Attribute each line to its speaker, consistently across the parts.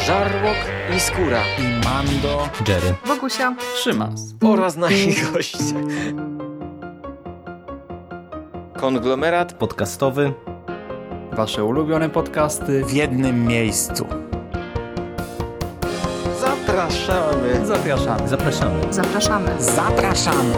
Speaker 1: Żarłok i Skóra
Speaker 2: i Mando,
Speaker 3: Jerry,
Speaker 4: Bogusia,
Speaker 3: Szymas
Speaker 1: oraz nasi goście. Konglomerat
Speaker 3: podcastowy.
Speaker 2: Wasze ulubione podcasty w jednym miejscu.
Speaker 1: Zapraszamy.
Speaker 2: Zapraszamy.
Speaker 3: Zapraszamy.
Speaker 4: zapraszamy.
Speaker 2: Zapraszamy.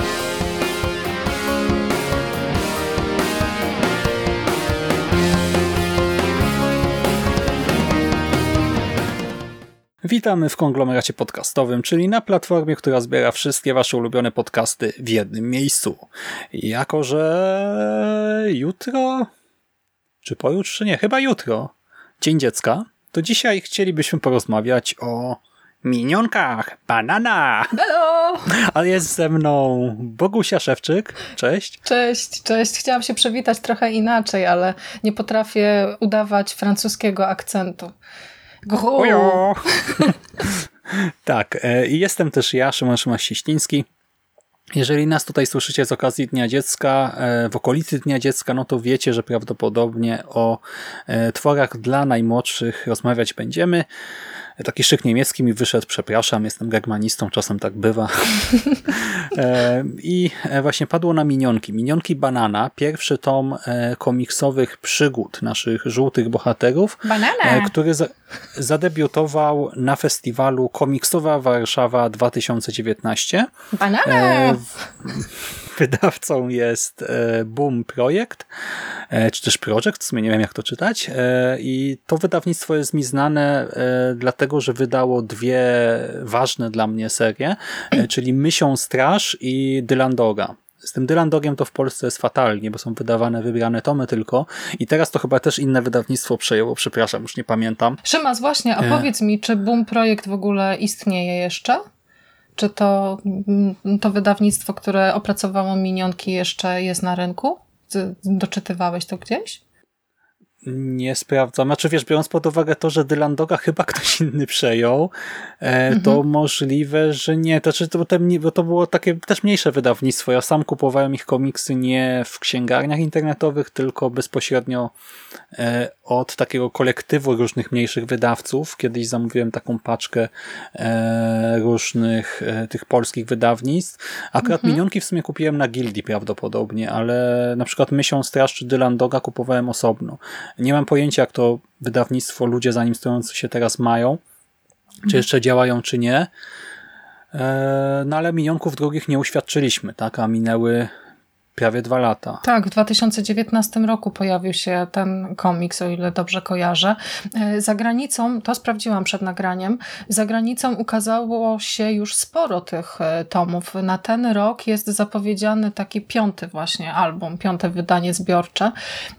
Speaker 2: Witamy w konglomeracie podcastowym, czyli na platformie, która zbiera wszystkie wasze ulubione podcasty w jednym miejscu. Jako że jutro, czy pojutrze? Nie, chyba jutro, Dzień Dziecka, to dzisiaj chcielibyśmy porozmawiać o minionkach, banana!
Speaker 4: Hello!
Speaker 2: Ale jest ze mną Bogusia Szewczyk, cześć.
Speaker 4: Cześć. Chciałam się przywitać trochę inaczej, ale nie potrafię udawać francuskiego akcentu.
Speaker 2: Ojo! Tak, i jestem też ja, Szymon Szymaś-Cieśliński. Jeżeli nas tutaj słyszycie z okazji Dnia Dziecka, w okolicy Dnia Dziecka, no to wiecie, że prawdopodobnie o tworach dla najmłodszych rozmawiać będziemy. Taki szyk niemiecki mi wyszedł, przepraszam, jestem germanistą, czasem tak bywa. I właśnie padło na minionki. Minionki Banana, pierwszy tom komiksowych przygód naszych żółtych bohaterów, który zadebiutował na festiwalu Komiksowa Warszawa 2019.
Speaker 4: Banana!
Speaker 2: Wydawcą jest Boom Projekt, czy też Projekt, w sumie nie wiem jak to czytać. I to wydawnictwo jest mi znane dlatego, że wydało dwie ważne dla mnie serie, czyli Mysią Straż i Dylan Doga. Z tym Dylan Dogiem to w Polsce jest fatalnie, bo są wydawane wybrane tomy tylko. I teraz to chyba też inne wydawnictwo przejęło, przepraszam, już nie pamiętam.
Speaker 4: Szymas, właśnie, a powiedz mi, czy Boom Projekt w ogóle istnieje jeszcze? Czy to wydawnictwo, które opracowało minionki, jeszcze jest na rynku? Doczytywałeś to gdzieś?
Speaker 2: Nie sprawdzam. Znaczy wiesz, biorąc pod uwagę to, że Dylan Doga chyba ktoś inny przejął, to możliwe, że nie. Bo to było takie też mniejsze wydawnictwo. Ja sam kupowałem ich komiksy nie w księgarniach internetowych, tylko bezpośrednio od takiego kolektywu różnych mniejszych wydawców. Kiedyś zamówiłem taką paczkę różnych tych polskich wydawnictw. Akurat minionki w sumie kupiłem na Gildii prawdopodobnie, ale na przykład Mysią Straż czy Dylan Doga kupowałem osobno. Nie mam pojęcia, jak to wydawnictwo ludzie za nim stojący się teraz mają, czy jeszcze działają, czy nie. No ale minionków drugich nie uświadczyliśmy, tak? A minęły prawie 2 lata.
Speaker 4: Tak, w 2019 roku pojawił się ten komiks, o ile dobrze kojarzę. Za granicą, to sprawdziłam przed nagraniem, za granicą ukazało się już sporo tych tomów. Na ten rok jest zapowiedziany taki 5. właśnie album, 5. wydanie zbiorcze.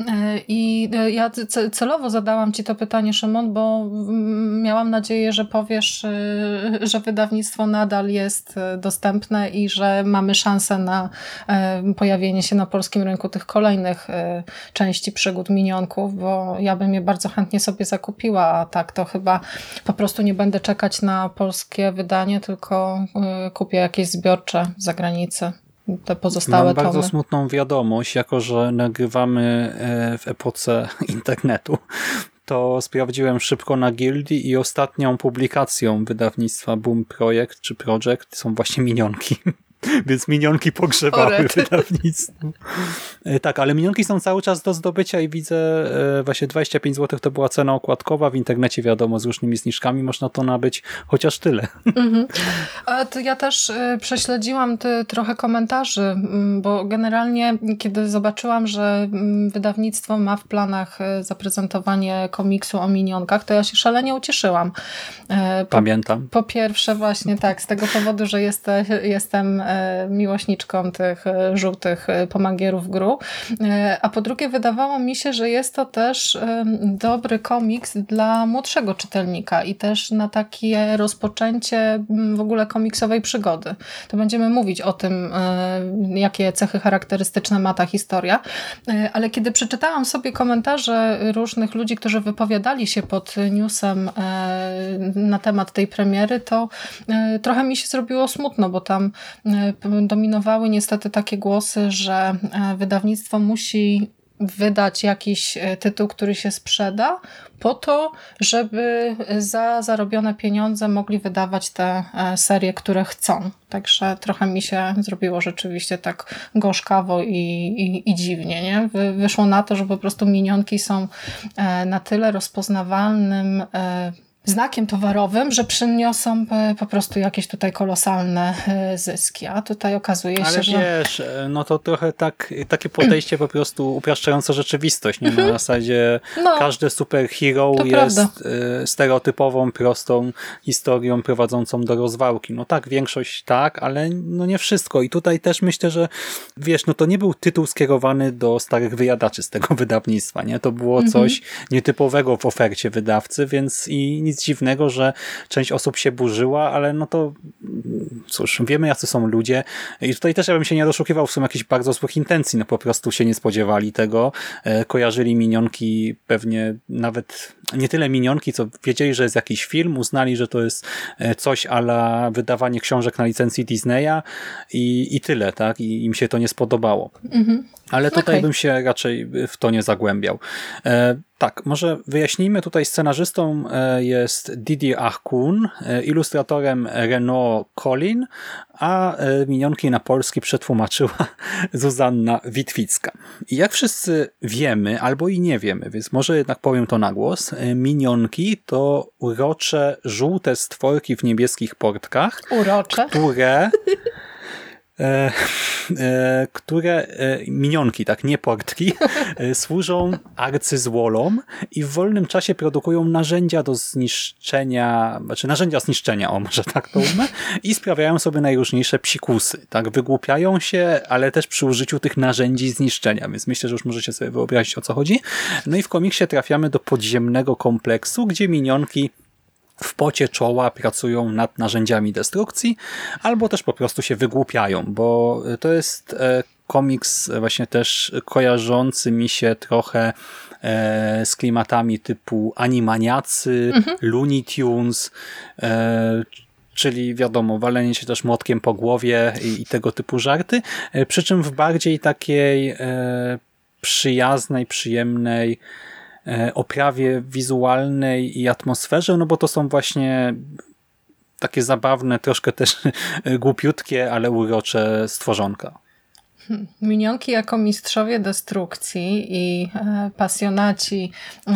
Speaker 4: I ja celowo zadałam ci to pytanie, Szymon, bo miałam nadzieję, że powiesz, że wydawnictwo nadal jest dostępne i że mamy szansę na pojawienie się na polskim rynku tych kolejnych części przygód minionków, bo ja bym je bardzo chętnie sobie zakupiła, a tak to chyba po prostu nie będę czekać na polskie wydanie, tylko kupię jakieś zbiorcze z zagranicy. Te pozostałe
Speaker 2: Mam
Speaker 4: tomy.
Speaker 2: bardzo smutną wiadomość, jako że nagrywamy w epoce internetu, to sprawdziłem szybko na Gildii i ostatnią publikacją wydawnictwa Boom Projekt czy Project są właśnie minionki. Więc minionki pogrzebały wydawnictwo. Tak, ale minionki są cały czas do zdobycia i widzę właśnie 25 zł to była cena okładkowa. W internecie wiadomo, z różnymi zniżkami można to nabyć, chociaż tyle.
Speaker 4: A to ja też prześledziłam trochę komentarzy, bo generalnie kiedy zobaczyłam, że wydawnictwo ma w planach zaprezentowanie komiksu o minionkach, to ja się szalenie ucieszyłam.
Speaker 2: Pamiętam.
Speaker 4: Po pierwsze właśnie tak, z tego powodu, że jestem miłośniczką tych żółtych pomagierów Gru, a po drugie wydawało mi się, że jest to też dobry komiks dla młodszego czytelnika i też na takie rozpoczęcie w ogóle komiksowej przygody. To będziemy mówić o tym, jakie cechy charakterystyczne ma ta historia, ale kiedy przeczytałam sobie komentarze różnych ludzi, którzy wypowiadali się pod newsem na temat tej premiery, to trochę mi się zrobiło smutno, bo tam dominowały niestety takie głosy, że wydawnictwo musi wydać jakiś tytuł, który się sprzeda, po to, żeby za zarobione pieniądze mogli wydawać te serie, które chcą. Także trochę mi się zrobiło rzeczywiście tak gorzkawo i dziwnie. Nie? Wyszło na to, że po prostu Minionki są na tyle rozpoznawalnym znakiem towarowym, że przyniosą po prostu jakieś tutaj kolosalne zyski. A tutaj okazuje się,
Speaker 2: ale
Speaker 4: że...
Speaker 2: wiesz, no to trochę takie podejście po prostu upraszczające rzeczywistość. Nie? Na zasadzie każdy superhero
Speaker 4: to
Speaker 2: jest
Speaker 4: prawda.
Speaker 2: stereotypową, prostą historią prowadzącą do rozwałki. No tak, większość tak, ale no nie wszystko. I tutaj też myślę, że wiesz, no to nie był tytuł skierowany do starych wyjadaczy z tego wydawnictwa. Nie? To było coś nietypowego w ofercie wydawcy, więc i nic dziwnego, że część osób się burzyła, ale no to cóż, wiemy jacy są ludzie i tutaj też ja bym się nie doszukiwał w sumie jakichś bardzo złych intencji, no po prostu się nie spodziewali tego, kojarzyli Minionki pewnie nawet nie tyle Minionki, co wiedzieli, że jest jakiś film, uznali, że to jest coś a la wydawanie książek na licencji Disneya i tyle, tak? I im się to nie spodobało. Ale tutaj bym się raczej w to nie zagłębiał. Tak, może wyjaśnijmy, tutaj scenarzystą jest Didier Achkun, ilustratorem Renaud Collin, a Minionki na polski przetłumaczyła Zuzanna Witwicka. I jak wszyscy wiemy, albo i nie wiemy, więc może jednak powiem to na głos, Minionki to urocze, żółte stworki w niebieskich portkach, które minionki, tak, nie portki, służą arcyzłolom i w wolnym czasie produkują narzędzia do zniszczenia, narzędzia zniszczenia, o może tak to ujmę, i sprawiają sobie najróżniejsze psikusy, tak, wygłupiają się, ale też przy użyciu tych narzędzi zniszczenia, więc myślę, że już możecie sobie wyobrazić, o co chodzi. No i w komiksie trafiamy do podziemnego kompleksu, gdzie minionki w pocie czoła pracują nad narzędziami destrukcji, albo też po prostu się wygłupiają, bo to jest komiks właśnie też kojarzący mi się trochę z klimatami typu Animaniacy, Looney Tunes, czyli wiadomo, walenie się też młotkiem po głowie i tego typu żarty, przy czym w bardziej takiej przyjaznej, przyjemnej oprawie wizualnej i atmosferze, no bo to są właśnie takie zabawne, troszkę też głupiutkie, ale urocze stworzonka.
Speaker 4: Minionki jako mistrzowie destrukcji i pasjonaci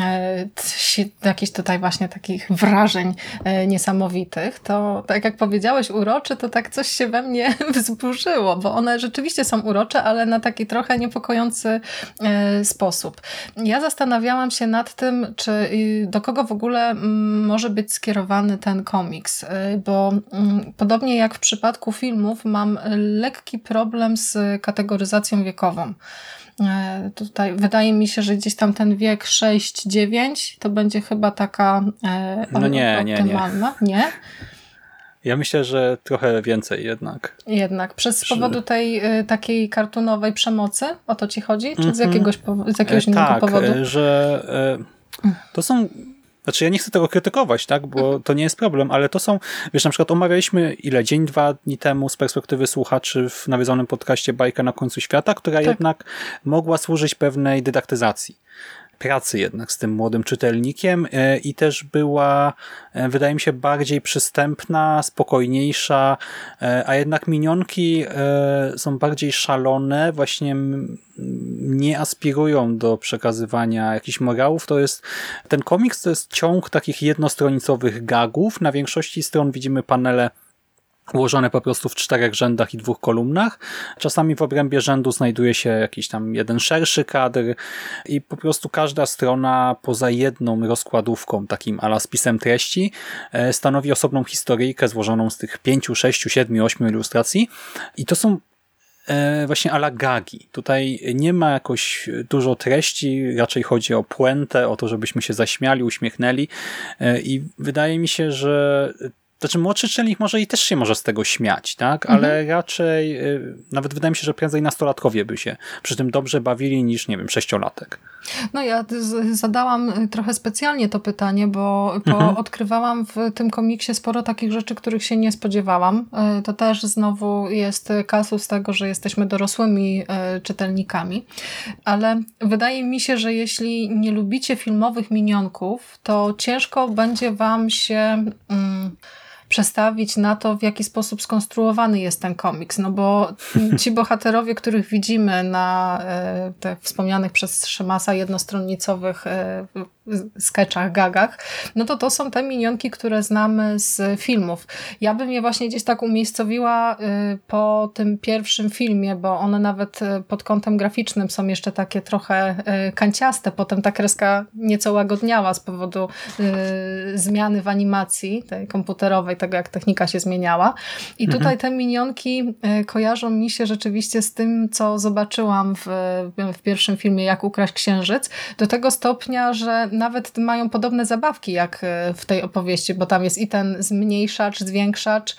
Speaker 4: jakichś tutaj właśnie takich wrażeń niesamowitych, to tak jak powiedziałeś uroczy, to tak coś się we mnie wzburzyło, bo one rzeczywiście są urocze, ale na taki trochę niepokojący sposób. Ja zastanawiałam się nad tym, czy do kogo w ogóle może być skierowany ten komiks, bo podobnie jak w przypadku filmów mam lekki problem z kategoryzacją wiekową. Tutaj wydaje mi się, że gdzieś tam ten wiek 6-9 to będzie chyba taka optymalna. Nie?
Speaker 2: Ja myślę, że trochę więcej jednak.
Speaker 4: Jednak. Przez powodu tej takiej kartunowej przemocy? O to ci chodzi? Czy z jakiegoś innego powodu?
Speaker 2: Tak, że to są... Znaczy ja nie chcę tego krytykować, tak, bo to nie jest problem, ale to są, wiesz, na przykład omawialiśmy dzień, 2 dni temu z perspektywy słuchaczy w nawiedzonym podcaście Bajka na końcu świata, która jednak mogła służyć pewnej dydaktyzacji pracy jednak z tym młodym czytelnikiem i też była, wydaje mi się, bardziej przystępna, spokojniejsza, a jednak Minionki są bardziej szalone, właśnie nie aspirują do przekazywania jakichś morałów. Ten komiks to jest ciąg takich jednostronicowych gagów. Na większości stron widzimy panele ułożone po prostu w 4 rzędach i 2 kolumnach. Czasami w obrębie rzędu znajduje się jakiś tam jeden szerszy kadr i po prostu każda strona poza jedną rozkładówką, takim a la spisem treści, stanowi osobną historyjkę złożoną z tych 5, 6, 7, 8 ilustracji i to są właśnie a la gagi. Tutaj nie ma jakoś dużo treści, raczej chodzi o puentę, o to, żebyśmy się zaśmiali, uśmiechnęli i wydaje mi się, że Znaczy młodszy czytelnik może i też się może z tego śmiać, tak? Ale raczej, nawet wydaje mi się, że prędzej nastolatkowie by się przy tym dobrze bawili niż, nie wiem, 6-latek.
Speaker 4: No ja zadałam trochę specjalnie to pytanie, bo odkrywałam w tym komiksie sporo takich rzeczy, których się nie spodziewałam. To też znowu jest kasus tego, że jesteśmy dorosłymi czytelnikami, ale wydaje mi się, że jeśli nie lubicie filmowych minionków, to ciężko będzie wam się przestawić na to, w jaki sposób skonstruowany jest ten komiks. No bo ci bohaterowie, których widzimy na tych wspomnianych przez Szymasa jednostronnicowych sketchach, gagach, no to są te minionki, które znamy z filmów. Ja bym je właśnie gdzieś tak umiejscowiła po tym pierwszym filmie, bo one nawet pod kątem graficznym są jeszcze takie trochę kanciaste. Potem ta kreska nieco łagodniała z powodu zmiany w animacji tej komputerowej, tego jak technika się zmieniała. I tutaj te minionki kojarzą mi się rzeczywiście z tym, co zobaczyłam w pierwszym filmie Jak ukraść księżyc, do tego stopnia, że nawet mają podobne zabawki jak w tej opowieści, bo tam jest i ten zmniejszacz, zwiększacz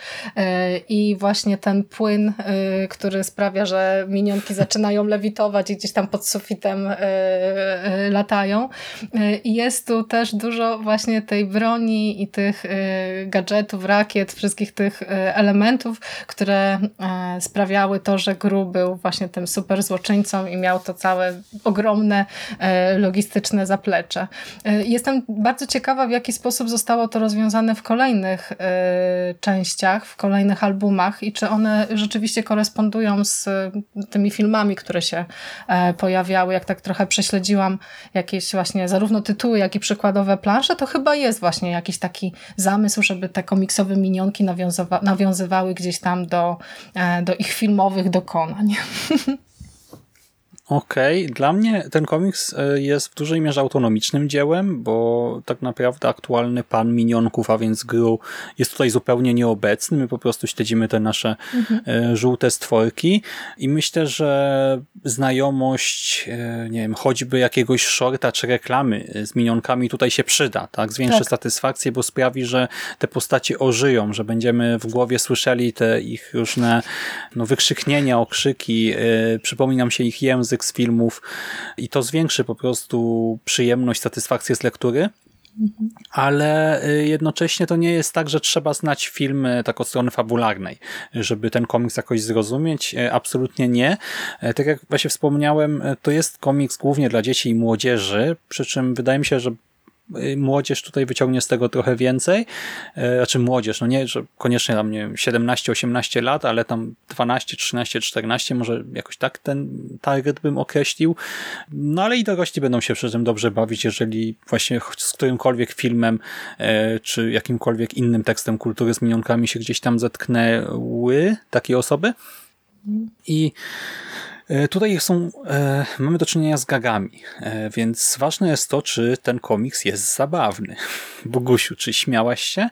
Speaker 4: i właśnie ten płyn, który sprawia, że minionki zaczynają lewitować i gdzieś tam pod sufitem latają. I jest tu też dużo właśnie tej broni i tych gadżetów, rakiet, wszystkich tych elementów, które sprawiały to, że Gru był właśnie tym super złoczyńcą i miał to całe ogromne logistyczne zaplecze. Jestem bardzo ciekawa, w jaki sposób zostało to rozwiązane w kolejnych częściach, w kolejnych albumach i czy one rzeczywiście korespondują z tymi filmami, które się pojawiały. Jak tak trochę prześledziłam jakieś właśnie zarówno tytuły, jak i przykładowe plansze, to chyba jest właśnie jakiś taki zamysł, żeby te komiksowe minionki nawiązywały gdzieś tam do ich filmowych dokonań.
Speaker 2: Okej. Dla mnie ten komiks jest w dużej mierze autonomicznym dziełem, bo tak naprawdę aktualny pan minionków, a więc Gru, jest tutaj zupełnie nieobecny. My po prostu śledzimy te nasze żółte stworki i myślę, że znajomość, nie wiem, choćby jakiegoś shorta czy reklamy z minionkami tutaj się przyda, tak? Zwiększy satysfakcję, bo sprawi, że te postacie ożyją, że będziemy w głowie słyszeli te ich różne wykrzyknienia, okrzyki, przypomni nam się ich język z filmów i to zwiększy po prostu przyjemność, satysfakcję z lektury. Ale jednocześnie to nie jest tak, że trzeba znać filmy tak od strony fabularnej, żeby ten komiks jakoś zrozumieć. Absolutnie nie. Tak jak właśnie wspomniałem, to jest komiks głównie dla dzieci i młodzieży, przy czym wydaje mi się, że młodzież tutaj wyciągnie z tego trochę więcej. Znaczy młodzież, no nie, że koniecznie tam, nie wiem, 17-18 lat, ale tam 12, 13, 14, może jakoś tak ten target bym określił. No ale i dorośli będą się przy tym dobrze bawić, jeżeli właśnie z którymkolwiek filmem, czy jakimkolwiek innym tekstem kultury z minionkami się gdzieś tam zetknęły takie osoby. I tutaj mamy do czynienia z gagami, więc ważne jest to, czy ten komiks jest zabawny. Bogusiu, czy śmiałaś się?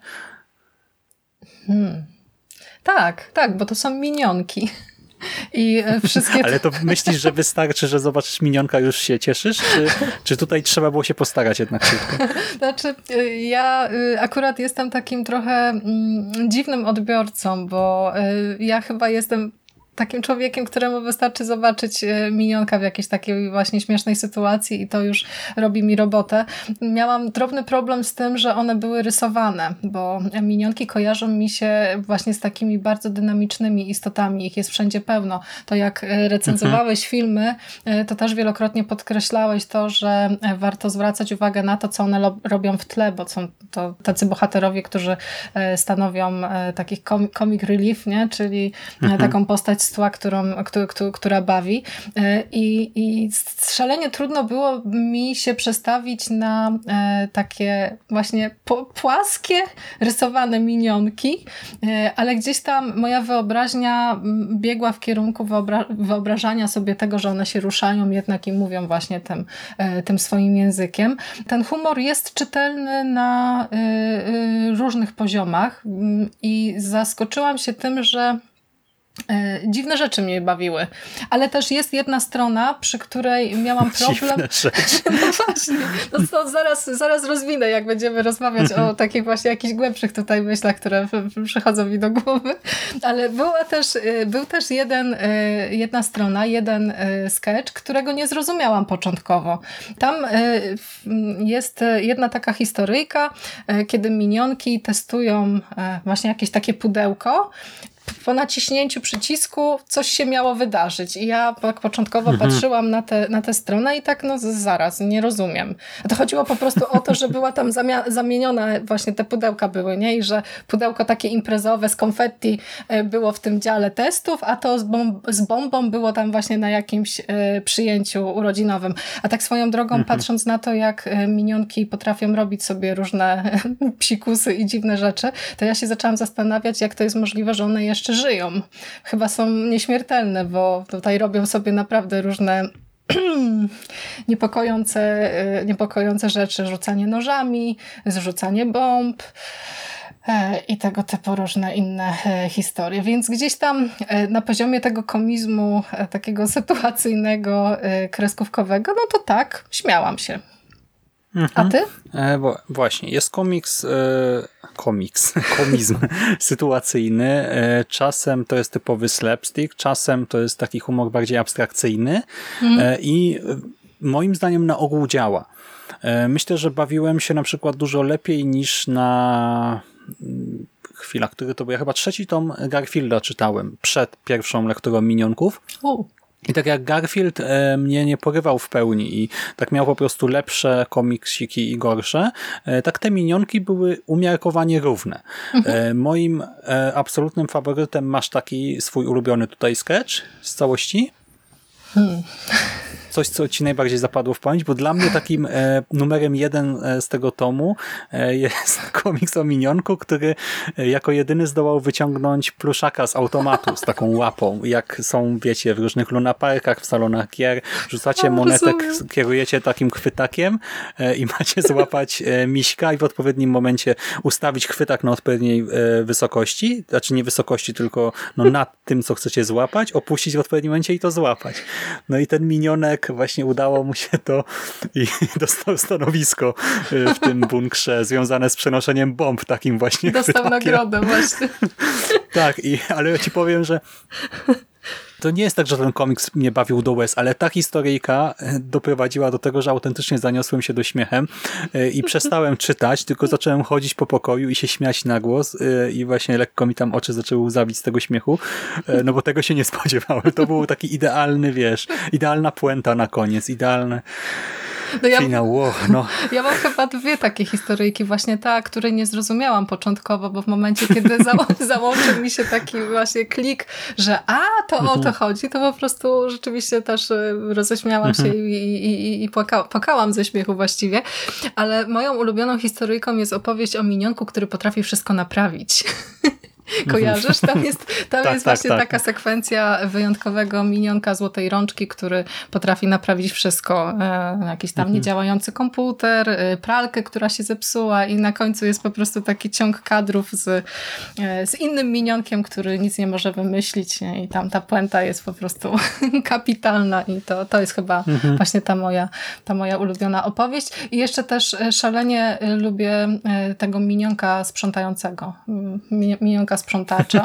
Speaker 4: Tak, bo to są minionki. I wszystkie...
Speaker 2: Ale to myślisz, że wystarczy, że zobaczysz minionka, już się cieszysz? Czy tutaj trzeba było się postarać jednak szybko?
Speaker 4: Znaczy, ja akurat jestem takim trochę dziwnym odbiorcą, bo ja chyba jestem takim człowiekiem, któremu wystarczy zobaczyć minionka w jakiejś takiej właśnie śmiesznej sytuacji i to już robi mi robotę. Miałam drobny problem z tym, że one były rysowane, bo minionki kojarzą mi się właśnie z takimi bardzo dynamicznymi istotami. Ich jest wszędzie pełno. To jak recenzowałeś filmy, to też wielokrotnie podkreślałeś to, że warto zwracać uwagę na to, co one robią w tle, bo są to tacy bohaterowie, którzy stanowią takich comic relief, nie? Czyli taką postać z tła, która bawi. I szalenie trudno było mi się przestawić na takie właśnie płaskie, rysowane minionki, ale gdzieś tam moja wyobraźnia biegła w kierunku wyobrażania sobie tego, że one się ruszają jednak i mówią właśnie tym swoim językiem. Ten humor jest czytelny na różnych poziomach i zaskoczyłam się tym, że Dziwne rzeczy mnie bawiły. Ale też jest jedna strona, przy której miałam problem.
Speaker 2: Dziwne rzeczy.
Speaker 4: No właśnie. No to zaraz rozwinę, jak będziemy rozmawiać o takich właśnie jakichś głębszych tutaj myślach, które przychodzą mi do głowy. Ale był też jedna strona, jeden sketch, którego nie zrozumiałam początkowo. Tam jest jedna taka historyjka, kiedy minionki testują właśnie jakieś takie pudełko. Po naciśnięciu przycisku coś się miało wydarzyć i ja początkowo patrzyłam na tę stronę i tak zaraz, nie rozumiem. To chodziło po prostu o to, że była tam zamieniona, właśnie te pudełka były, nie? I że pudełko takie imprezowe z konfetti było w tym dziale testów, a to z bombą było tam właśnie na jakimś przyjęciu urodzinowym. A tak swoją drogą, patrząc na to, jak minionki potrafią robić sobie różne psikusy i dziwne rzeczy, to ja się zaczęłam zastanawiać, jak to jest możliwe, że one jeszcze żyją. Chyba są nieśmiertelne, bo tutaj robią sobie naprawdę różne niepokojące rzeczy. Rzucanie nożami, zrzucanie bomb i tego typu różne inne historie. Więc gdzieś tam na poziomie tego komizmu takiego sytuacyjnego, kreskówkowego, no to tak, śmiałam się. A ty?
Speaker 2: Właśnie, jest komizm sytuacyjny. Czasem to jest typowy slapstick, czasem to jest taki humor bardziej abstrakcyjny i moim zdaniem na ogół działa. Myślę, że bawiłem się na przykład dużo lepiej niż na chwila, który to był, ja chyba 3. tom Garfielda czytałem przed pierwszą lekturą Minionków. I tak jak Garfield mnie nie porywał w pełni i tak miał po prostu lepsze komiksiki i gorsze, tak te minionki były umiarkowanie równe. Moim absolutnym faworytem, masz taki swój ulubiony tutaj sketch z całości? Coś, co ci najbardziej zapadło w pamięć, bo dla mnie takim numerem 1 z tego tomu jest komiks o minionku, który jako jedyny zdołał wyciągnąć pluszaka z automatu z taką łapą. Jak są, wiecie, w różnych lunaparkach, w salonach gier, rzucacie monetę, kierujecie takim chwytakiem i macie złapać miśka i w odpowiednim momencie ustawić chwytak na odpowiedniej wysokości, znaczy nie wysokości, tylko nad tym, co chcecie złapać, opuścić w odpowiednim momencie i to złapać. No i ten minionek właśnie udało mu się to i dostał stanowisko w tym bunkrze związane z przenoszeniem bomb takim właśnie
Speaker 4: dostał
Speaker 2: chwytakiem.
Speaker 4: nagrodę właśnie.
Speaker 2: Tak, ale ja ci powiem, że to nie jest tak, że ten komiks mnie bawił do łez, ale ta historyjka doprowadziła do tego, że autentycznie zaniosłem się do śmiechem i przestałem czytać, tylko zacząłem chodzić po pokoju i się śmiać na głos i właśnie lekko mi tam oczy zaczęły łzawić z tego śmiechu, no bo tego się nie spodziewałem. To był taki idealny, idealna puenta na koniec, idealne finał.
Speaker 4: Ja mam chyba 2 takie historyjki, właśnie ta, której nie zrozumiałam początkowo, bo w momencie, kiedy załączył mi się taki właśnie klik, że to o to chodzi, to po prostu rzeczywiście też roześmiałam się i płakałam ze śmiechu właściwie. Ale moją ulubioną historyjką jest opowieść o minionku, który potrafi wszystko naprawić. Kojarzysz? Tam jest właśnie taka sekwencja wyjątkowego minionka złotej rączki, który potrafi naprawić wszystko. Jakiś tam niedziałający komputer, pralkę, która się zepsuła i na końcu jest po prostu taki ciąg kadrów z innym minionkiem, który nic nie może wymyślić, nie? I tam ta puenta jest po prostu kapitalna i to jest chyba właśnie ta moja ulubiona opowieść. I jeszcze też szalenie lubię tego minionka sprzątającego. Minionka sprzątacza.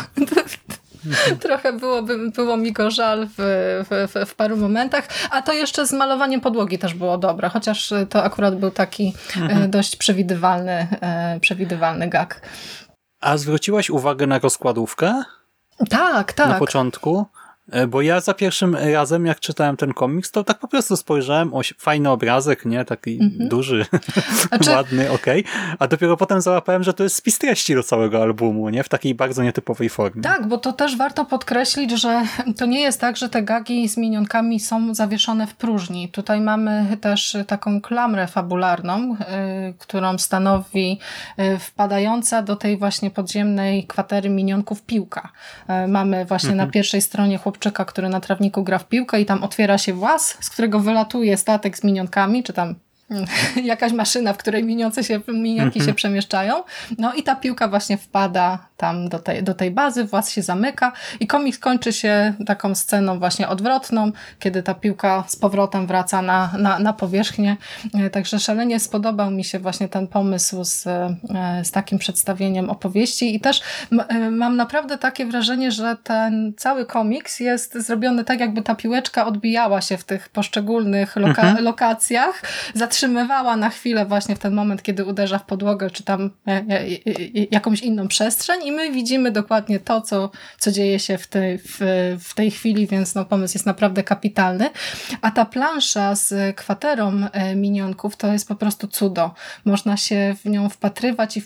Speaker 4: Trochę było mi go żal w paru momentach, a to jeszcze z malowaniem podłogi też było dobre, chociaż to akurat był taki dość przewidywalny gag.
Speaker 2: A zwróciłaś uwagę na rozkładówkę?
Speaker 4: Tak.
Speaker 2: Na początku? Bo ja za pierwszym razem, jak czytałem ten komiks, to tak po prostu spojrzałem, fajny obrazek, nie? Taki duży, ładny, okej. A dopiero potem załapałem, że to jest spis treści do całego albumu, nie? W takiej bardzo nietypowej formie. Tak,
Speaker 4: bo to też warto podkreślić, że to nie jest tak, że te gagi z minionkami są zawieszone w próżni. Tutaj mamy też taką klamrę fabularną, którą stanowi wpadająca do tej właśnie podziemnej kwatery minionków piłka. Mamy właśnie na pierwszej stronie chłopczyka, który na trawniku gra w piłkę i tam otwiera się właz, z którego wylatuje statek z minionkami, czy tam jakaś maszyna, w której minionki się przemieszczają. No i ta piłka właśnie wpada tam do tej bazy, władz się zamyka i komiks kończy się taką sceną właśnie odwrotną, kiedy ta piłka z powrotem wraca na powierzchnię. Także szalenie spodobał mi się właśnie ten pomysł z takim przedstawieniem opowieści i też mam naprawdę takie wrażenie, że ten cały komiks jest zrobiony tak, jakby ta piłeczka odbijała się w tych poszczególnych lokacjach, zatrzymywała na chwilę właśnie w ten moment, kiedy uderza w podłogę, czy tam jakąś inną przestrzeń i my widzimy dokładnie to, co dzieje się w tej chwili, więc no, pomysł jest naprawdę kapitalny. A ta plansza z kwaterą minionków to jest po prostu cudo. Można się w nią wpatrywać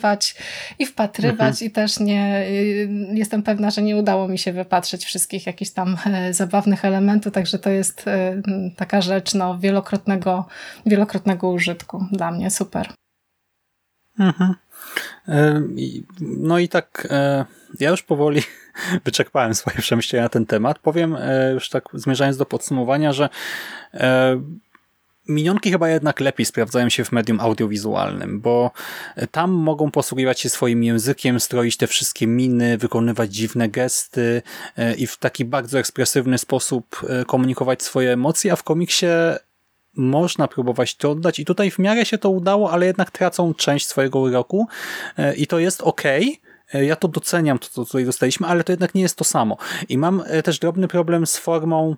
Speaker 4: i też nie jestem pewna, że nie udało mi się wypatrzeć wszystkich jakichś tam zabawnych elementów, także to jest taka rzecz no, wielokrotnego użytku. Dla mnie super.
Speaker 2: No i tak ja już powoli wyczerpałem swoje przemyślenia na ten temat. Powiem już tak zmierzając do podsumowania, że minionki chyba jednak lepiej sprawdzają się w medium audiowizualnym, bo tam mogą posługiwać się swoim językiem, stroić te wszystkie miny, wykonywać dziwne gesty i w taki bardzo ekspresywny sposób komunikować swoje emocje, a w komiksie można próbować to oddać i tutaj w miarę się to udało, ale jednak tracą część swojego uroku i to jest okej. Ja to doceniam, to co tutaj dostaliśmy, ale to jednak nie jest to samo. I mam też drobny problem z formą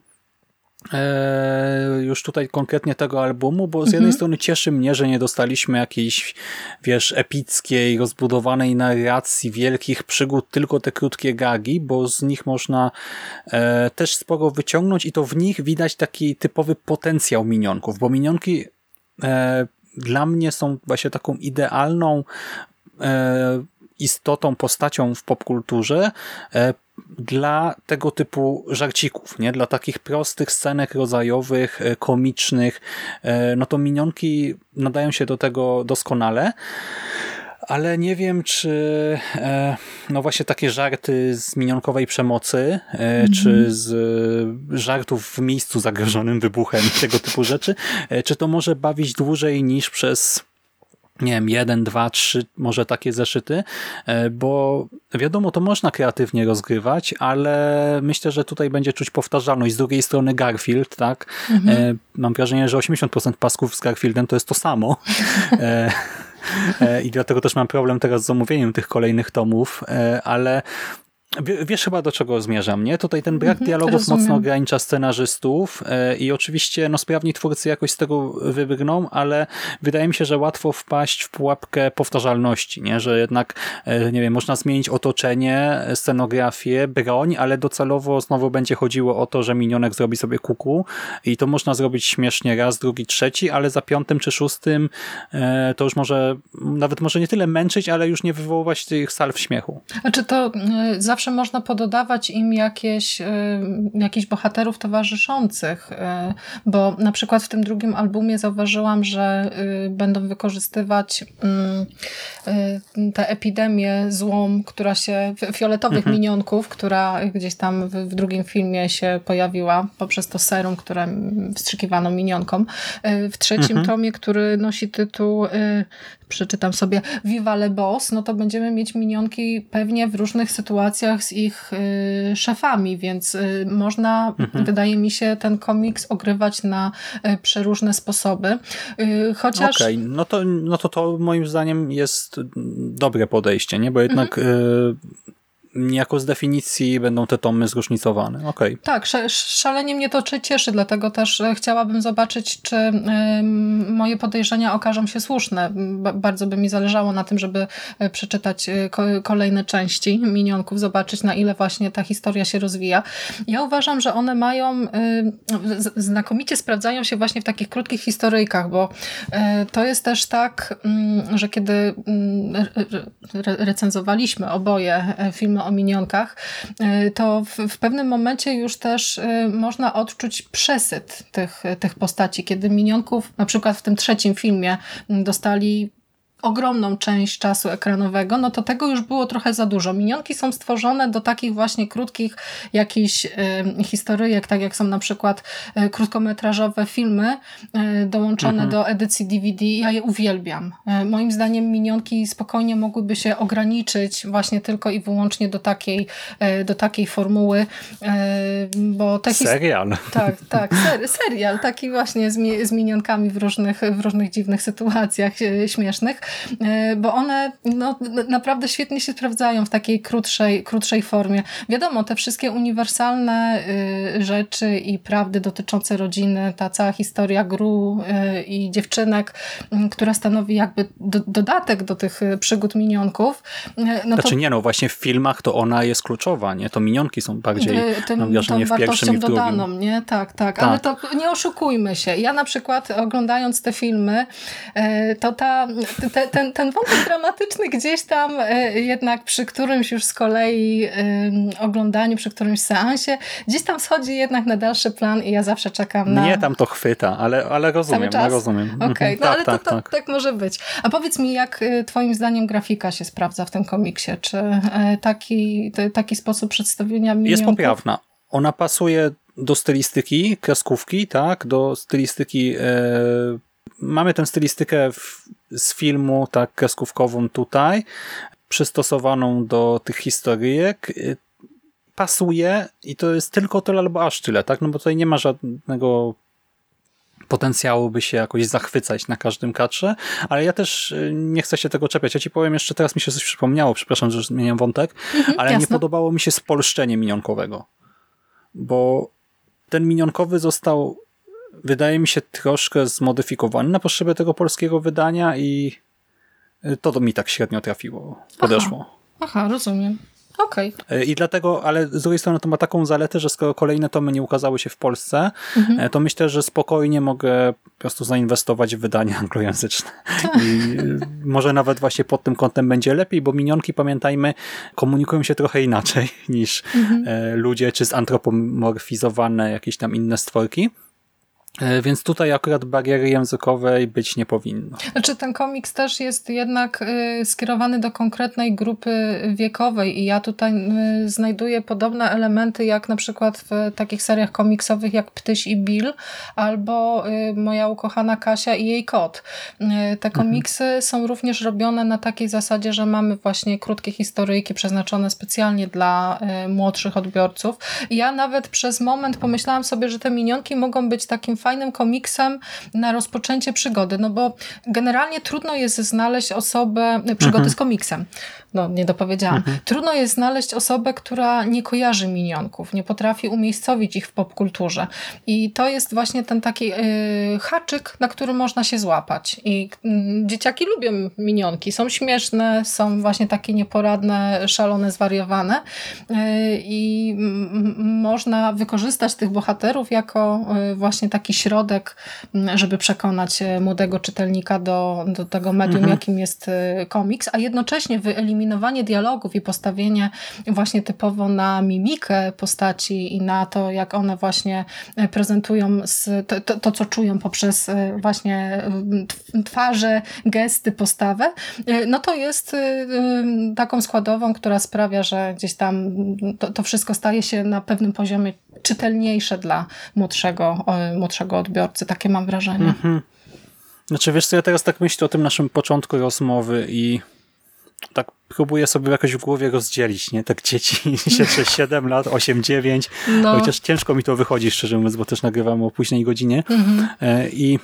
Speaker 2: już tutaj konkretnie tego albumu, bo z jednej strony cieszy mnie, że nie dostaliśmy jakiejś, wiesz, epickiej, rozbudowanej narracji, wielkich przygód, tylko te krótkie gagi, bo z nich można też sporo wyciągnąć i to w nich widać taki typowy potencjał minionków, bo minionki dla mnie są właśnie taką idealną istotą, postacią w popkulturze dla tego typu żarcików, nie? Dla takich prostych scenek rodzajowych, komicznych, no to minionki nadają się do tego doskonale, ale nie wiem, czy no właśnie takie żarty z minionkowej przemocy, czy z żartów w miejscu zagrożonym wybuchem i tego typu rzeczy, czy to może bawić dłużej niż przez nie wiem, 1, 2, 3, może takie zeszyty, bo wiadomo, to można kreatywnie rozgrywać, ale myślę, że tutaj będzie czuć powtarzalność. Z drugiej strony Garfield, tak? Mam wrażenie, że 80% pasków z Garfieldem to jest to samo. I dlatego też mam problem teraz z zamówieniem tych kolejnych tomów, ale wiesz chyba do czego zmierzam, nie? Tutaj ten brak dialogów mocno ogranicza scenarzystów i oczywiście no sprawni twórcy jakoś z tego wybrną, ale wydaje mi się, że łatwo wpaść w pułapkę powtarzalności, nie? Że jednak, nie wiem, można zmienić otoczenie, scenografię, broń, ale docelowo znowu będzie chodziło o to, że minionek zrobi sobie kuku i to można zrobić śmiesznie raz, drugi, trzeci, ale za 5. czy 6. to już może nie tyle męczyć, ale już nie wywoływać tych salw śmiechu.
Speaker 4: Znaczy to zawsze można pododawać im jakichś bohaterów towarzyszących, bo na przykład w tym drugim albumie zauważyłam, że będą wykorzystywać tę epidemię złą, która się, fioletowych minionków, która gdzieś tam w drugim filmie się pojawiła poprzez to serum, które wstrzykiwano minionkom. W trzecim tomie, który nosi tytuł, przeczytam sobie, Viva le Boss, no to będziemy mieć minionki pewnie w różnych sytuacjach z ich szefami, więc można, wydaje mi się, ten komiks ogrywać na przeróżne sposoby. Chociaż...
Speaker 2: Okej, no to moim zdaniem jest dobre podejście, nie? Bo jednak niejako z definicji będą te tomy zróżnicowane. Okay.
Speaker 4: Tak, szalenie mnie to cieszy, dlatego też chciałabym zobaczyć, czy moje podejrzenia okażą się słuszne. Bardzo by mi zależało na tym, żeby przeczytać kolejne części minionków, zobaczyć, na ile właśnie ta historia się rozwija. Ja uważam, że one mają, znakomicie sprawdzają się właśnie w takich krótkich historyjkach, bo to jest też tak, że kiedy recenzowaliśmy oboje filmy o minionkach, to w pewnym momencie już też można odczuć przesyt tych postaci, kiedy minionków, na przykład w tym trzecim filmie, dostali ogromną część czasu ekranowego, no to tego już było trochę za dużo. Minionki są stworzone do takich właśnie krótkich jakichś historyjek, tak jak są na przykład krótkometrażowe filmy dołączone do edycji DVD. Ja je uwielbiam. Moim zdaniem minionki spokojnie mogłyby się ograniczyć właśnie tylko i wyłącznie do takiej formuły, bo te
Speaker 2: serial.
Speaker 4: Tak, serial, taki właśnie z minionkami w różnych dziwnych sytuacjach śmiesznych, bo one naprawdę świetnie się sprawdzają w takiej krótszej formie. Wiadomo, te wszystkie uniwersalne rzeczy i prawdy dotyczące rodziny, ta cała historia Gru i dziewczynek, która stanowi jakby dodatek do tych przygód minionków.
Speaker 2: Właśnie w filmach to ona jest kluczowa, nie? To minionki są bardziej, mam wrażenie, w pierwszym i w drugim.
Speaker 4: Dodaną, nie? Tak. Ale to nie oszukujmy się. Ja na przykład oglądając te filmy, to ten wątek dramatyczny gdzieś tam jednak przy którymś już z kolei oglądaniu, przy którymś seansie, gdzieś tam schodzi jednak na dalszy plan i ja zawsze czekam na...
Speaker 2: Mnie tam to chwyta, ale rozumiem.
Speaker 4: Cały czas?
Speaker 2: Rozumiem.
Speaker 4: Okej, ale tak może być. A powiedz mi, jak twoim zdaniem grafika się sprawdza w tym komiksie? Czy taki sposób przedstawienia minionków?
Speaker 2: Jest poprawna. Ona pasuje do stylistyki kreskówki, tak? Do stylistyki... Mamy tę stylistykę z filmu, tak, kreskówkową tutaj, przystosowaną do tych historyjek. Pasuje i to jest tylko tyle albo aż tyle, tak? No bo tutaj nie ma żadnego potencjału, by się jakoś zachwycać na każdym kadrze, ale ja też nie chcę się tego czepiać. Ja ci powiem jeszcze, teraz mi się coś przypomniało, przepraszam, że zmieniam wątek, ale jasne. Nie podobało mi się spolszczenie minionkowego, bo ten minionkowy został, wydaje mi się, troszkę zmodyfikowany na potrzeby tego polskiego wydania i to mi tak średnio trafiło, podeszło.
Speaker 4: Aha, rozumiem. Okej.
Speaker 2: I dlatego, ale z drugiej strony to ma taką zaletę, że skoro kolejne tomy nie ukazały się w Polsce, to myślę, że spokojnie mogę po prostu zainwestować w wydania anglojęzyczne. I może nawet właśnie pod tym kątem będzie lepiej, bo minionki, pamiętajmy, komunikują się trochę inaczej niż ludzie, czy zantropomorfizowane jakieś tam inne stworki. Więc tutaj akurat bariery językowej być nie powinno.
Speaker 4: Znaczy ten komiks też jest jednak skierowany do konkretnej grupy wiekowej i ja tutaj znajduję podobne elementy jak na przykład w takich seriach komiksowych jak Ptyś i Bill albo Moja ukochana Kasia i jej kot. Te komiksy są również robione na takiej zasadzie, że mamy właśnie krótkie historyjki przeznaczone specjalnie dla młodszych odbiorców. I ja nawet przez moment pomyślałam sobie, że te minionki mogą być takim fajnym komiksem na rozpoczęcie przygody, no bo generalnie trudno jest znaleźć osobę, przygody z komiksem, nie dopowiedziałam. Trudno jest znaleźć osobę, która nie kojarzy minionków, nie potrafi umiejscowić ich w popkulturze. I to jest właśnie ten taki haczyk, na który można się złapać. I dzieciaki lubią minionki, są śmieszne, są właśnie takie nieporadne, szalone, zwariowane i można wykorzystać tych bohaterów jako właśnie taki środek, żeby przekonać młodego czytelnika do tego medium, jakim jest komiks, a jednocześnie wyeliminowanie dialogów i postawienie właśnie typowo na mimikę postaci i na to, jak one właśnie prezentują to, co czują poprzez właśnie twarze, gesty, postawę, no to jest taką składową, która sprawia, że gdzieś tam to wszystko staje się na pewnym poziomie czytelniejsze dla młodszego odbiorcy. Takie mam wrażenie.
Speaker 2: Znaczy, wiesz co, ja teraz tak myślę o tym naszym początku rozmowy i tak próbuję sobie jakoś w głowie rozdzielić, nie? Tak dzieci 7 lat, 8, 9. Chociaż ciężko mi to wychodzi, szczerze mówiąc, bo też nagrywamy o późnej godzinie. I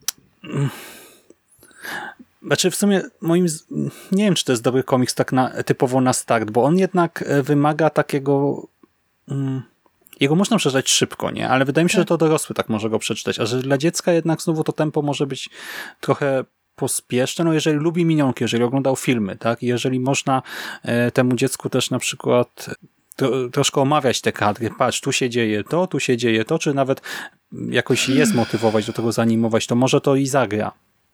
Speaker 2: znaczy w sumie nie wiem, czy to jest dobry komiks tak typowo na start, bo on jednak wymaga takiego... Jego można przeczytać szybko, nie? Ale wydaje mi się, że to dorosły tak może go przeczytać, a że dla dziecka jednak znowu to tempo może być trochę pospieszne, jeżeli lubi minionki, jeżeli oglądał filmy, tak? I jeżeli można temu dziecku też na przykład troszkę omawiać te kadry, patrz, tu się dzieje to, czy nawet jakoś je zmotywować do tego, zanimować, to może to i zagra.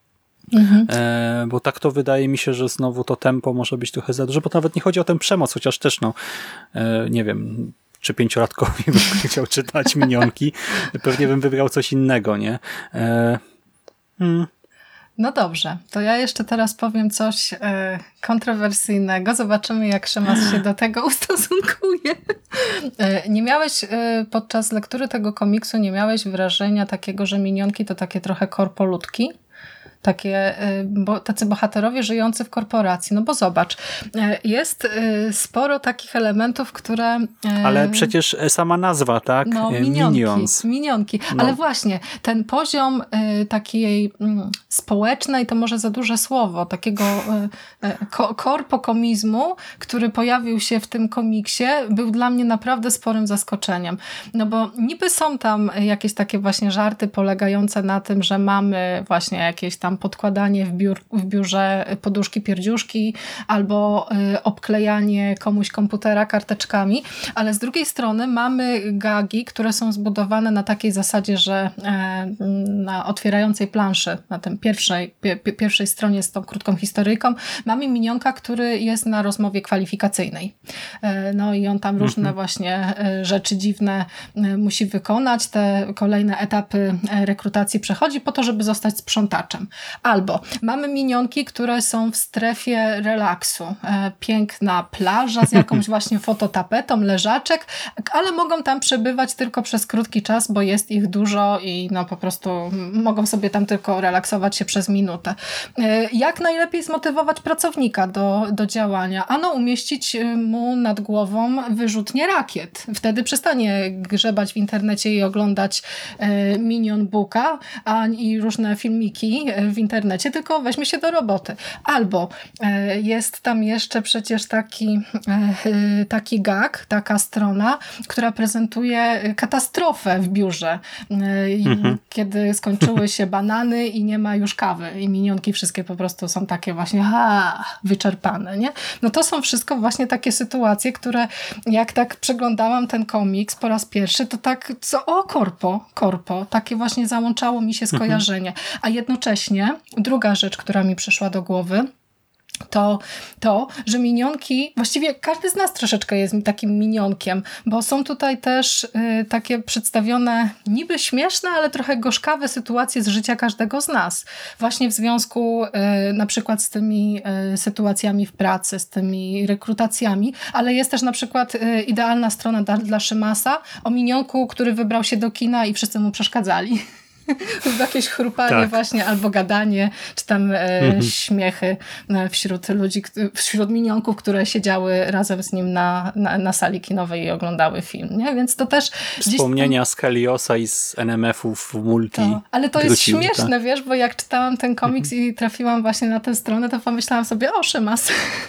Speaker 2: Bo tak to wydaje mi się, że znowu to tempo może być trochę za duże, bo to nawet nie chodzi o tę przemoc, chociaż też nie wiem, czy 5-latkowi bym chciał czytać minionki, pewnie bym wybrał coś innego, nie?
Speaker 4: No dobrze, to ja jeszcze teraz powiem coś kontrowersyjnego. Zobaczymy, jak Szymas się do tego ustosunkuje. Nie miałeś podczas lektury tego komiksu, nie miałeś wrażenia takiego, że minionki to takie trochę korpoludki? Takie, tacy bohaterowie żyjący w korporacji. No bo zobacz, jest sporo takich elementów, które...
Speaker 2: Ale przecież sama nazwa, tak?
Speaker 4: No, minionki.
Speaker 2: No.
Speaker 4: Ale właśnie, ten poziom takiej społecznej, to może za duże słowo, takiego korpokomizmu, który pojawił się w tym komiksie, był dla mnie naprawdę sporym zaskoczeniem. No bo niby są tam jakieś takie właśnie żarty polegające na tym, że mamy właśnie jakieś tam podkładanie w biurze poduszki pierdziuszki albo obklejanie komuś komputera karteczkami, ale z drugiej strony mamy gagi, które są zbudowane na takiej zasadzie, że na otwierającej planszy, na tym pierwszej stronie z tą krótką historyjką, mamy minionka, który jest na rozmowie kwalifikacyjnej. No i on tam różne właśnie rzeczy dziwne musi wykonać, te kolejne etapy rekrutacji przechodzi po to, żeby zostać sprzątaczem. Albo mamy minionki, które są w strefie relaksu. Piękna plaża z jakąś właśnie fototapetą, leżaczek, ale mogą tam przebywać tylko przez krótki czas, bo jest ich dużo i no po prostu mogą sobie tam tylko relaksować się przez minutę. Jak najlepiej zmotywować pracownika do działania? Ano umieścić mu nad głową wyrzutnię rakiet. Wtedy przestanie grzebać w internecie i oglądać Minion Booka i różne filmiki w internecie, tylko weźmie się do roboty. Albo jest tam jeszcze przecież taki gag, taka strona, która prezentuje katastrofę w biurze. Kiedy skończyły się banany i nie ma już kawy i minionki wszystkie po prostu są takie właśnie wyczerpane, nie? No to są wszystko właśnie takie sytuacje, które jak tak przeglądałam ten komiks po raz pierwszy, to tak korpo, takie właśnie załączało mi się skojarzenie. A jednocześnie druga rzecz, która mi przyszła do głowy, to, że minionki, właściwie każdy z nas troszeczkę jest takim minionkiem, bo są tutaj też takie przedstawione niby śmieszne, ale trochę gorzkawe sytuacje z życia każdego z nas. Właśnie w związku na przykład z tymi sytuacjami w pracy, z tymi rekrutacjami, ale jest też na przykład idealna strona dla Szymasa o minionku, który wybrał się do kina i wszyscy mu przeszkadzali. Jakieś chrupanie właśnie, albo gadanie, czy tam śmiechy wśród ludzi, wśród minionków, które siedziały razem z nim na sali kinowej i oglądały film, nie? Więc to też...
Speaker 2: Wspomnienia z Heliosa i z NMF-ów w multi.
Speaker 4: Ale to jest śmieszne, wiesz, bo jak czytałam ten komiks i trafiłam właśnie na tę stronę, to pomyślałam sobie, o, Szymas.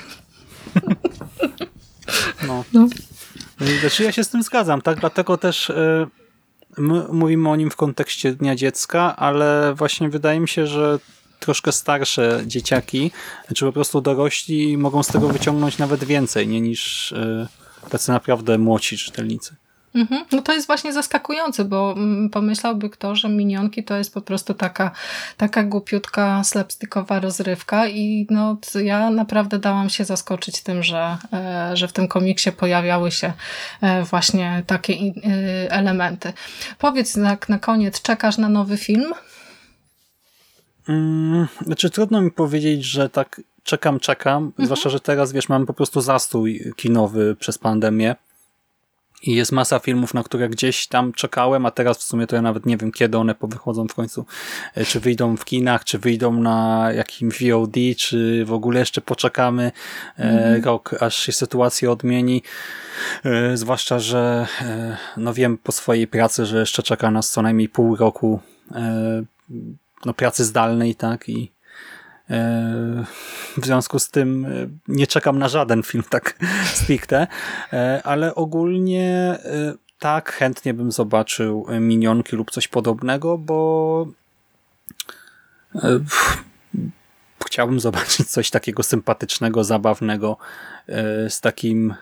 Speaker 2: No. Znaczy ja się z tym zgadzam, tak? Dlatego też... mówimy o nim w kontekście Dnia Dziecka, ale właśnie wydaje mi się, że troszkę starsze dzieciaki, czy po prostu dorośli mogą z tego wyciągnąć nawet więcej, nie niż tacy naprawdę młodsi czytelnicy.
Speaker 4: No to jest właśnie zaskakujące, bo pomyślałby kto, że minionki to jest po prostu taka głupiutka, slapstickowa rozrywka i no ja naprawdę dałam się zaskoczyć tym, że w tym komiksie pojawiały się właśnie takie elementy. Powiedz na koniec, czekasz na nowy film?
Speaker 2: Znaczy trudno mi powiedzieć, że tak czekam, zwłaszcza, że teraz wiesz, mam po prostu zastój kinowy przez pandemię. I jest masa filmów, na które gdzieś tam czekałem, a teraz w sumie to ja nawet nie wiem, kiedy one powychodzą w końcu. Czy wyjdą w kinach, czy wyjdą na jakimś VOD, czy w ogóle jeszcze poczekamy rok, aż się sytuacja odmieni. Zwłaszcza, że no wiem po swojej pracy, że jeszcze czeka nas co najmniej pół roku pracy zdalnej, tak? I w związku z tym nie czekam na żaden film tak stricte, ale ogólnie tak chętnie bym zobaczył Minionki lub coś podobnego, bo chciałbym zobaczyć coś takiego sympatycznego, zabawnego, z takim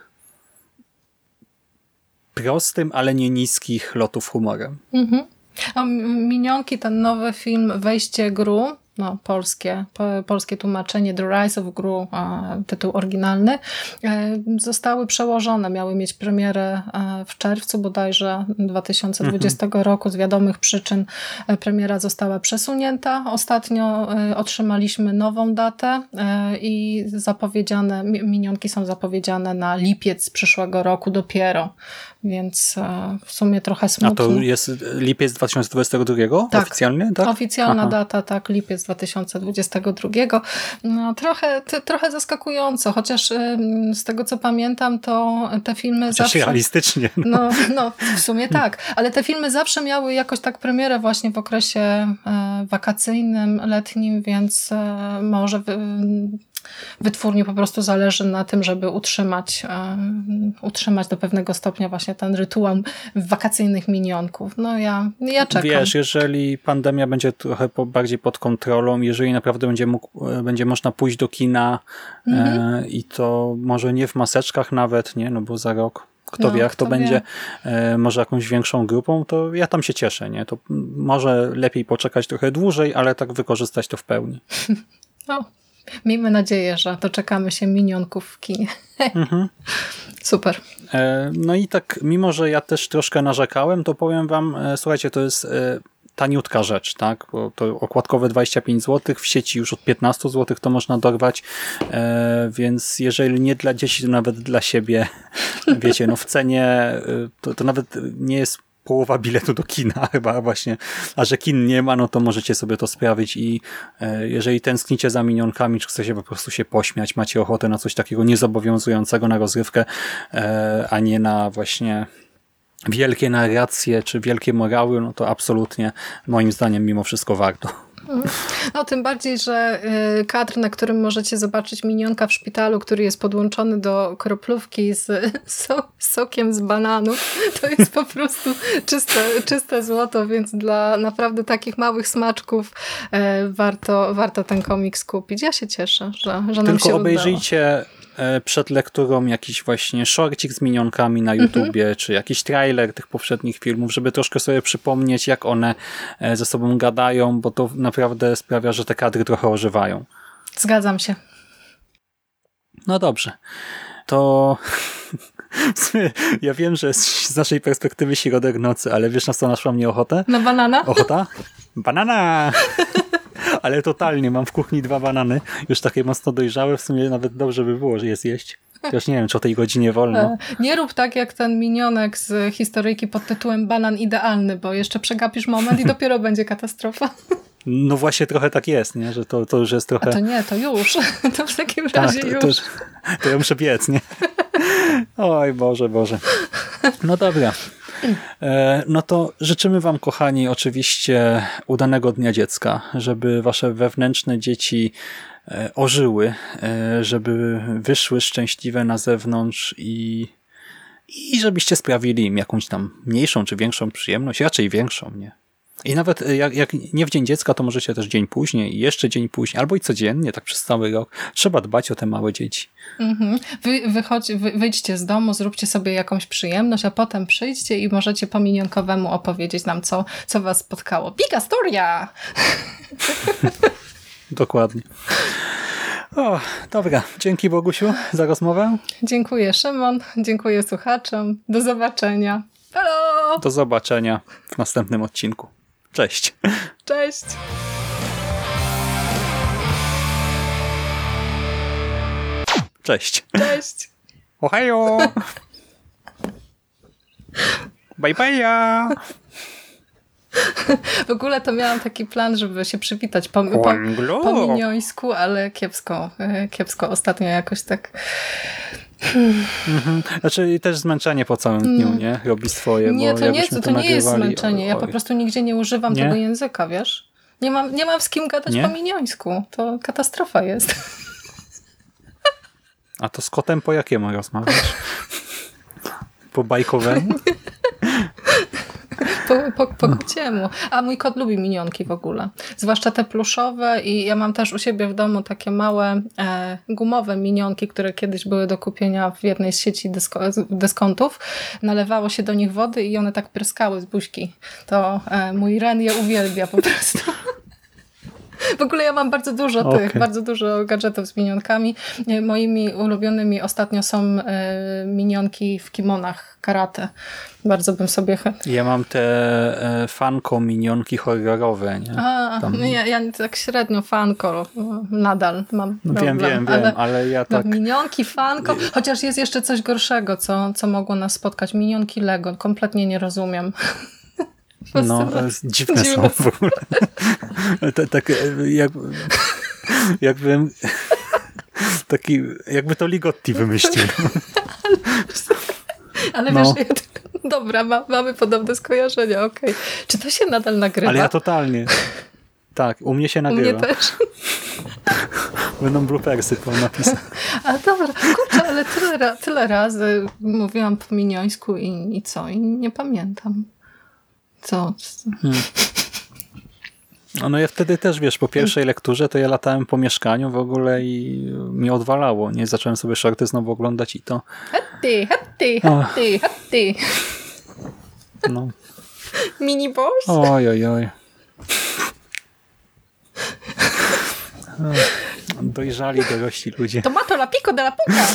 Speaker 2: prostym, ale nie niskich lotów humorem.
Speaker 4: A Minionki, ten nowy film Wejście Gru, no, polskie tłumaczenie The Rise of Gru, tytuł oryginalny, zostały przełożone. Miały mieć premierę w czerwcu bodajże 2020 roku. Z wiadomych przyczyn premiera została przesunięta. Ostatnio otrzymaliśmy nową datę i minionki są zapowiedziane na lipiec przyszłego roku dopiero. Więc w sumie trochę smutno.
Speaker 2: A to jest lipiec 2022
Speaker 4: tak,
Speaker 2: oficjalnie? Tak?
Speaker 4: Oficjalna data, tak, lipiec 2022. No, trochę zaskakująco, chociaż z tego co pamiętam, to te filmy
Speaker 2: chociaż
Speaker 4: zawsze...
Speaker 2: realistycznie.
Speaker 4: No, w sumie tak, ale te filmy zawsze miały jakoś tak premierę właśnie w okresie wakacyjnym, letnim, więc może wytwórni po prostu zależy na tym, żeby utrzymać do pewnego stopnia właśnie ten rytuał wakacyjnych minionków. No ja czekam.
Speaker 2: Wiesz, jeżeli pandemia będzie trochę bardziej pod kontrolą, jeżeli naprawdę będzie można pójść do kina i to może nie w maseczkach nawet, nie, no bo za rok kto wie, jak to będzie, może jakąś większą grupą, to ja tam się cieszę, nie? To może lepiej poczekać trochę dłużej, ale tak wykorzystać to w pełni.
Speaker 4: No. Miejmy nadzieję, że doczekamy się minionków w kinie. Super.
Speaker 2: No i tak, mimo że ja też troszkę narzekałem, to powiem wam, słuchajcie, to jest taniutka rzecz, tak? Bo to okładkowe 25 zł, w sieci już od 15 zł to można dorwać, więc jeżeli nie dla dzieci, to nawet dla siebie, wiecie, no w cenie to nawet nie jest połowa biletu do kina chyba właśnie, a że kin nie ma, no to możecie sobie to sprawić i jeżeli tęsknicie za minionkami, czy chcecie po prostu się pośmiać, macie ochotę na coś takiego niezobowiązującego na rozrywkę, a nie na właśnie wielkie narracje, czy wielkie morały, no to absolutnie moim zdaniem mimo wszystko warto.
Speaker 4: No tym bardziej, że kadr, na którym możecie zobaczyć minionka w szpitalu, który jest podłączony do kroplówki z sokiem z bananów, to jest po prostu czyste złoto, więc dla naprawdę takich małych smaczków warto ten komiks kupić. Ja się cieszę, że nam się udało.
Speaker 2: Tylko obejrzyjcie przed lekturą jakiś właśnie shortcik z minionkami na YouTubie, czy jakiś trailer tych poprzednich filmów, żeby troszkę sobie przypomnieć, jak one ze sobą gadają, bo to naprawdę sprawia, że te kadry trochę ożywają.
Speaker 4: Zgadzam się.
Speaker 2: No dobrze. To w sumie ja wiem, że z naszej perspektywy środek nocy, ale wiesz, na co naszła mnie ochotę?
Speaker 4: Na banana?
Speaker 2: Ochota? Banana! Ale totalnie, mam w kuchni 2 banany, już takie mocno dojrzałe, w sumie nawet dobrze by było, że je zjeść. Chociaż nie wiem, czy o tej godzinie wolno.
Speaker 4: Nie rób tak jak ten minionek z historyjki pod tytułem Banan idealny, bo jeszcze przegapisz moment i dopiero będzie katastrofa.
Speaker 2: No właśnie trochę tak jest, nie? Że to już jest trochę...
Speaker 4: A to nie, to już. To w takim razie już.
Speaker 2: To ja muszę biec, nie? Oj, Boże. No dobra. No to życzymy wam, kochani, oczywiście udanego Dnia Dziecka, żeby wasze wewnętrzne dzieci ożyły, żeby wyszły szczęśliwe na zewnątrz i żebyście sprawili im jakąś tam mniejszą czy większą przyjemność, raczej większą, nie? I nawet jak nie w Dzień Dziecka, to możecie też dzień później i jeszcze dzień później, albo i codziennie, tak przez cały rok. Trzeba dbać o te małe dzieci.
Speaker 4: Wyjdźcie z domu, zróbcie sobie jakąś przyjemność, a potem przyjdźcie i możecie po minionkowemu opowiedzieć nam, co was spotkało. Big Astoria!
Speaker 2: Dokładnie. O, dobra. Dzięki, Bogusiu, za rozmowę.
Speaker 4: Dziękuję, Szymon. Dziękuję słuchaczom. Do zobaczenia. Hello!
Speaker 2: Do zobaczenia w następnym odcinku. Cześć.
Speaker 4: Cześć.
Speaker 2: Cześć.
Speaker 4: Cześć.
Speaker 2: Ohajo. Bye bye.
Speaker 4: W ogóle to miałam taki plan, żeby się przywitać po miniońsku, ale kiepsko ostatnio jakoś tak.
Speaker 2: Znaczy też zmęczenie po całym dniu, nie? Robi swoje.
Speaker 4: Nie,
Speaker 2: bo
Speaker 4: to nie jest zmęczenie. Ja po
Speaker 2: Oj.
Speaker 4: prostu nigdzie nie używam tego języka, wiesz? Nie mam z kim gadać po miniońsku. To katastrofa jest.
Speaker 2: A to z kotem po jakiemu rozmawiasz? Po bajkowemu?
Speaker 4: Po kociemu. A mój kot lubi minionki w ogóle. Zwłaszcza te pluszowe i ja mam też u siebie w domu takie małe gumowe minionki, które kiedyś były do kupienia w jednej z sieci dyskontów. Nalewało się do nich wody i one tak pryskały z buźki. To mój Ren je uwielbia po prostu. W ogóle ja mam bardzo dużo bardzo dużo gadżetów z minionkami. Moimi ulubionymi ostatnio są minionki w kimonach karate. Bardzo bym sobie...
Speaker 2: Ja mam te fanko minionki horrorowe, nie?
Speaker 4: Ja tak średnio fanko nadal mam problem.
Speaker 2: Wiem, ale ja tak...
Speaker 4: Minionki, fanko, chociaż jest jeszcze coś gorszego, co mogło nas spotkać. Minionki Lego, kompletnie nie rozumiem.
Speaker 2: No, dziwne są w ogóle. Tak jakby to Ligotti wymyślił.
Speaker 4: Ale wiesz, dobra, mamy podobne skojarzenia, okej. Czy to się nadal nagrywa?
Speaker 2: Ale ja totalnie. Tak, u mnie się nagrywa.
Speaker 4: U mnie też.
Speaker 2: Będą bloopersy po napisach.
Speaker 4: A dobra, kurczę, ale tyle razy mówiłam po miniońsku i co? I nie pamiętam. Co?
Speaker 2: No ja wtedy też, wiesz, po pierwszej lekturze to ja latałem po mieszkaniu w ogóle i mnie odwalało, nie? Zacząłem sobie shorty znowu oglądać i to...
Speaker 4: Hatty.
Speaker 2: No.
Speaker 4: Mini boss?
Speaker 2: Oj. Dojrzali dorośli ludzie.
Speaker 4: Tomato la pico de la puta.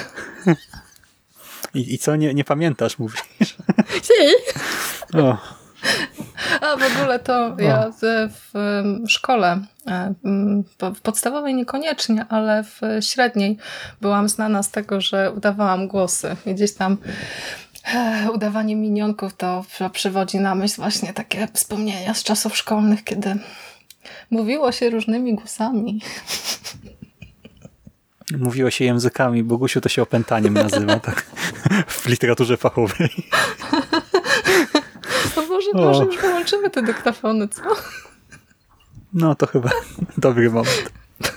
Speaker 2: I co, nie pamiętasz, mówisz?
Speaker 4: Si.
Speaker 2: O.
Speaker 4: A w ogóle to ja w szkole, w podstawowej niekoniecznie, ale w średniej byłam znana z tego, że udawałam głosy. I gdzieś tam udawanie minionków to przywodzi na myśl właśnie takie wspomnienia z czasów szkolnych, kiedy mówiło się różnymi głosami.
Speaker 2: Mówiło się językami. Bogusiu, to się opętaniem nazywa, tak? W literaturze fachowej.
Speaker 4: No może już połączymy te dyktafony, co?
Speaker 2: No to chyba dobry moment.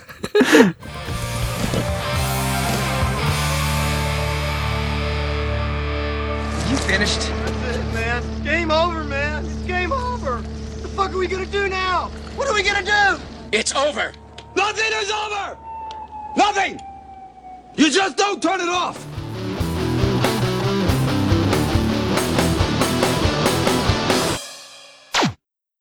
Speaker 3: You finished? That's it, man. Game over, man. It's game over. What the fuck are we gonna do now? What are we gonna do?
Speaker 5: It's over.
Speaker 3: Nothing is over! Nothing! You just don't turn it off!